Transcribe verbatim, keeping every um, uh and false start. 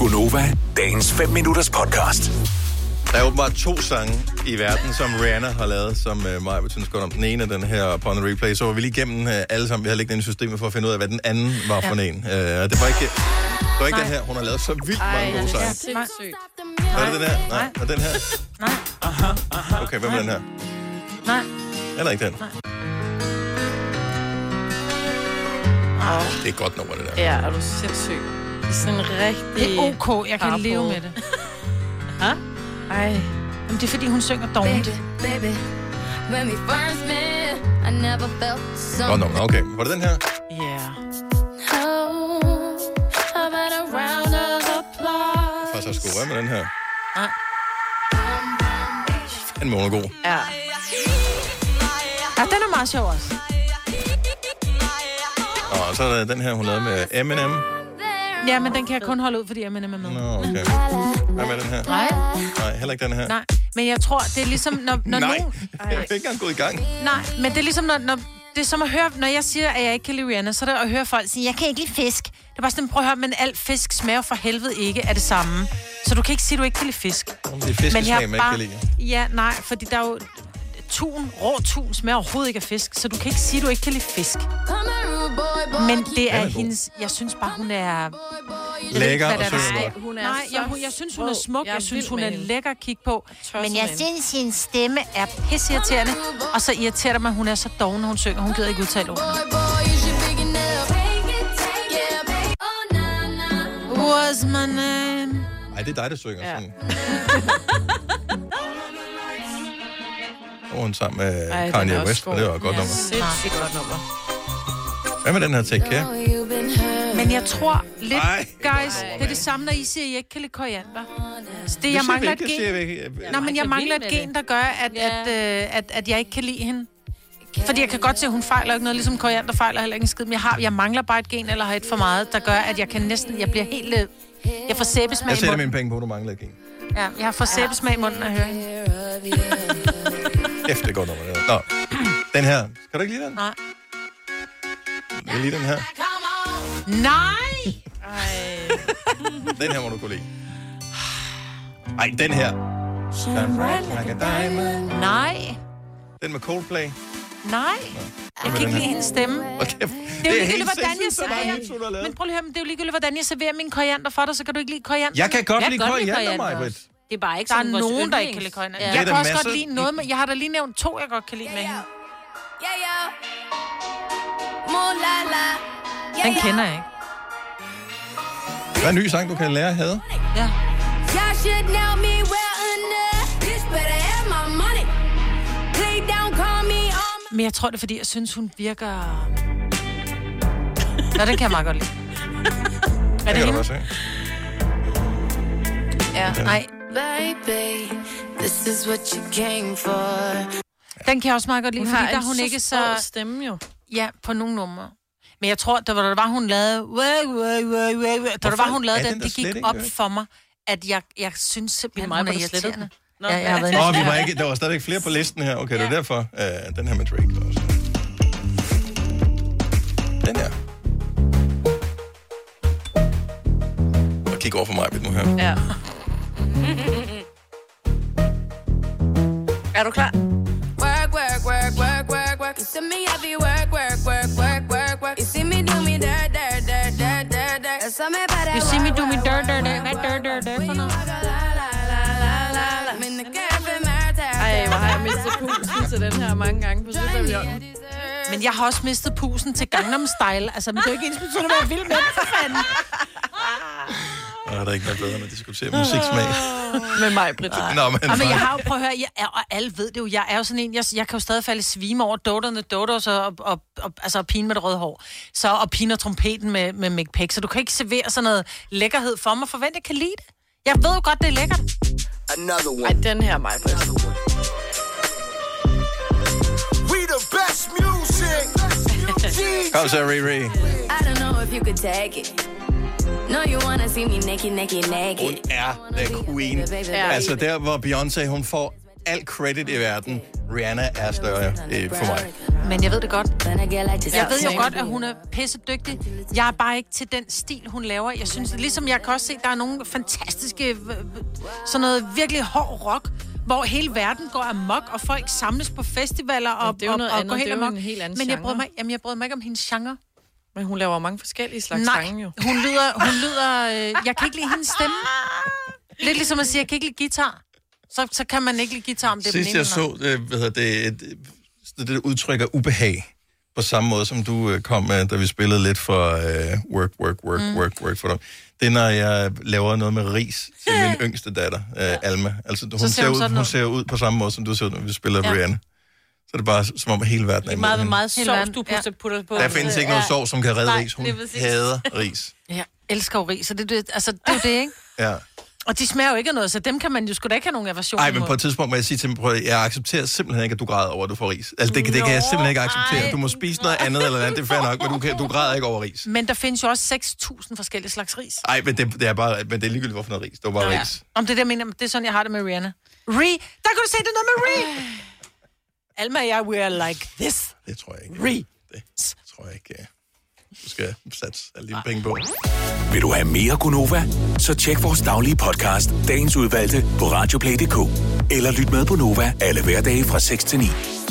Gunova, dagens fem minutters podcast. Der er åbenbart to sange i verden, som Rihanna har lavet, som uh, Maja synes godt om. Den ene, den her på en replay, så var vi lige igennem uh, alle sammen. Vi har liggende i systemet for at finde ud af, hvad den anden var for ja. en. Uh, det var ikke, det var ikke den her. Hun har lavet så vildt mange gode sange. Hvad er det den her? Nej. Og den her? Nej. Aha, aha. Okay, hvad med den her? Nej. Eller ikke den? Nej. Oh. Det er godt nummer, det der. Ja, er du sindssyg. Det er sådan rigtig... Det er ok, jeg kan parpo. leve med det. Hæ? Ej. Jamen, det er fordi, hun synger dårligt. Godt nummer, okay. Var det den her? Ja. Yeah. Faktisk har sgu med den her. Nej. Den er god. Ja. Ja, den er meget sjov også. Og så er der den her, hun lavede med Eminem. Ja, men den kan jeg kun holde ud, fordi Eminem er med. Nå, okay. Hvad med den her? Nej. Nej, heller ikke den her. Nej, men jeg tror, det er ligesom, når, når Nej, nogen... jeg er ikke engang gået i gang. Nej, men det er ligesom, når, når... Det er som at høre, når jeg siger, at jeg ikke kan lide Rihanna, så er det at høre folk sige, jeg kan ikke lide fisk. Det er bare sådan, prøv at høre, men alt fisk smager for helvede ikke af det samme. Så du kan ikke sige, at du ikke kan lide fisk. Om det er fiskesmag, man bare... ikke kan lide. Ja, nej, fordi der er jo... Tun, rå tun smager overhovedet ikke af fisk, så du kan ikke sige, at du ikke kan lide fisk. Men det er, er hendes... Jeg synes bare, hun er... Lækker og sød. Nej, hun er Nej jeg, hun, jeg synes, hun er smuk. Jeg, jeg synes, hun er lækker at kigge på. Men jeg synes, hendes stemme er pisseirriterende. Og så irriterer det mig, at hun er så doven, når hun synger. Hun gider ikke udtale ordene. What's my name? Ej, det er dig, der synger ja. sådan. Og hun sammen med Ej, Kanye West, og det var et godt ja, nummer. Sindssygt godt nummer. Hvad med den her Take Care? Men jeg tror lidt, Ej, guys, det er det samme, når I siger, at I ikke kan lide koriander. Så det, jeg mangler et gen. Jeg Nå, men jeg mangler et gen, der gør, at, ja. at, øh, at, at jeg ikke kan lide hende. Fordi jeg kan godt se, at hun fejler ikke noget, ligesom koriander fejler heller ikke en skid. Men jeg, har, jeg mangler bare et gen, eller har et for meget, der gør, at jeg kan næsten, jeg bliver helt... Jeg får sæbesmag i munden. Jeg sætter mine penge på, at du mangler et gen. Ja, jeg har fået sæbesmag i munden at høre hende. Efter det går nummer. Nå, den her. Skal du ikke lide den? Nej. Jeg lide den her. Nej! Ej. Den her må du kunne lide. Ej, den her. Nej. Den med Coldplay. Nej. Jeg kan ikke lide hendes stemme. Okay. Det er jo ligegyldigt, hvordan jeg serverer. Men prøv lige at høre, det er jo ligegyldigt, hvordan jeg serverer min koriander for dig, så kan du ikke lide koriander. Jeg kan godt lide koriander, Majbrit. Det er bare ikke der sådan, er nogen, der ikke kan lide koriander. Ja. Jeg kan også godt lide noget, men jeg har da lige nævnt to, jeg godt kan lide med hende. Den kender jeg ikke. Hvad er en ny sang, du kan lære at have? Ja. Men jeg tror det er, fordi jeg synes, hun virker... Nå, den kan jeg meget godt lide. Er det hende? Også, ja, nej. Baby, this is what you came for. Den kan jeg også meget godt lide, fordi der hun ikke så... stemme jo. Ja, på nogle numre. Men jeg tror, der var, der var hun lavede... Da der var, hun lavede den, det gik op for mig, at jeg, jeg synes simpelthen, hun er irriterende. Nå, ja, jeg har været oh, vi var ikke, der var stadigvæk flere på listen her. Okay, ja. Det er derfor, uh, den her med Drake også. Den her. Og kig over for mig, nu her. Ja. Er du klar? Work, work, work, work, work, work. You see me happy, work, work, work, work, work, work. You see me do me dirt, dirt, dirt, dirt, dirt, dirt. You see me do me dirt, dirt, dirt. Hvad dirt, dirt, dirt for noget? Ej, hvor har jeg mistet pusen til den her mange gange på Supermjørn. Men jeg har også mistet pusen til Gangnam Style. Altså, men det er jo ikke ensbetydende at være vild med for fanden. Åh, der er ikke noget bedre, når de diskuterer musiksmag. Med mig, Britt. Nå, men, ja, men jeg har jo, prøv at høre, jeg er, og alle ved det jo, jeg er jo sådan en, jeg, jeg kan jo stadig falde svime over Dotterne, Dotters og, og, og, altså, og pigen med det røde hår. Så, og pigen og trompeten med, med Mick Peck. Så du kan ikke servere sådan noget lækkerhed for mig. Forvent, jeg kan lide det. Jeg ved jo godt, det er lækkert. Ej, den her, mig, Britt. We the best music. Kom så, Riri. I don't know if you could take it. No, you wanna see me naked, naked, naked. Hun er the queen. Ja. Altså der, hvor Beyoncé, hun får alt credit i verden. Rihanna er større øh, for mig. Men jeg ved det godt. Jeg ved jo godt, at hun er pissedygtig. Jeg er bare ikke til den stil, hun laver. Jeg synes, ligesom jeg kan også se, der er nogle fantastiske, sådan noget virkelig hård rock, hvor hele verden går amok, og folk samles på festivaler og, ja, det er jo noget og, og andet. går helt det er jo amok. en helt anden Men jeg genre. bryder mig, jamen, jeg bryder mig ikke om hendes genre. Men hun laver mange forskellige slags Nej, sange jo. hun lyder... Hun lyder øh, jeg kan ikke lide hendes stemme. Lidt ligesom at sige, jeg kan ikke lide guitar. Så, så kan man ikke lide guitar, om det er Sidst den ene jeg så, øh, hvad hedder det, et, det, det udtryk af ubehag, på samme måde som du øh, kom med, da vi spillede lidt for øh, work, work, work, mm. work, work for dem. Det er, når jeg laver noget med ris til min yngste datter, øh, ja. Alma. Altså, hun, ser, ser ud, hun ser ud på samme måde, som du ser ud, når vi spiller ja. Rihanna. Så er det bare som om hele verden er imod hende. Det er meget, meget sovs, du putter, putter på. Der findes ikke noget sovs, som kan redde Nej, ris. Hun hader ris. Ja, elsker jo ris, så det, det, altså, det er jo det, ikke? Ja. Og de smager jo ikke af noget, så dem kan man jo sgu da ikke have nogen aversion. Nej, men på et tidspunkt må jeg sige til dem, prøv, jeg accepterer simpelthen ikke, at du græder over, at du får ris. Altså, det, det kan jeg simpelthen ikke acceptere. Ej. Du må spise noget andet eller andet, det er fair nok, men du, kan, du græder ikke over ris. Men der findes jo også seks tusind forskellige slags ris. Nej, men det, det, er bare, men det er ligegyldigt, hvorfor noget ris. Det var bare ja. ris. Om det er det, jeg mener, det er sådan, jeg har det med Rihanna. Ri, der kan du se, det er noget med Ri. Alma og jeg, we are like this. Det tror jeg ikke. Ri. Det tror jeg ikke. Du skal satse alle dine penge på. Vil du have mere Gunova? Så tjek vores daglige podcast, dagens udvalgte, på radioplay punktum d k. Eller lyt med på Nova alle hverdage fra seks til ni.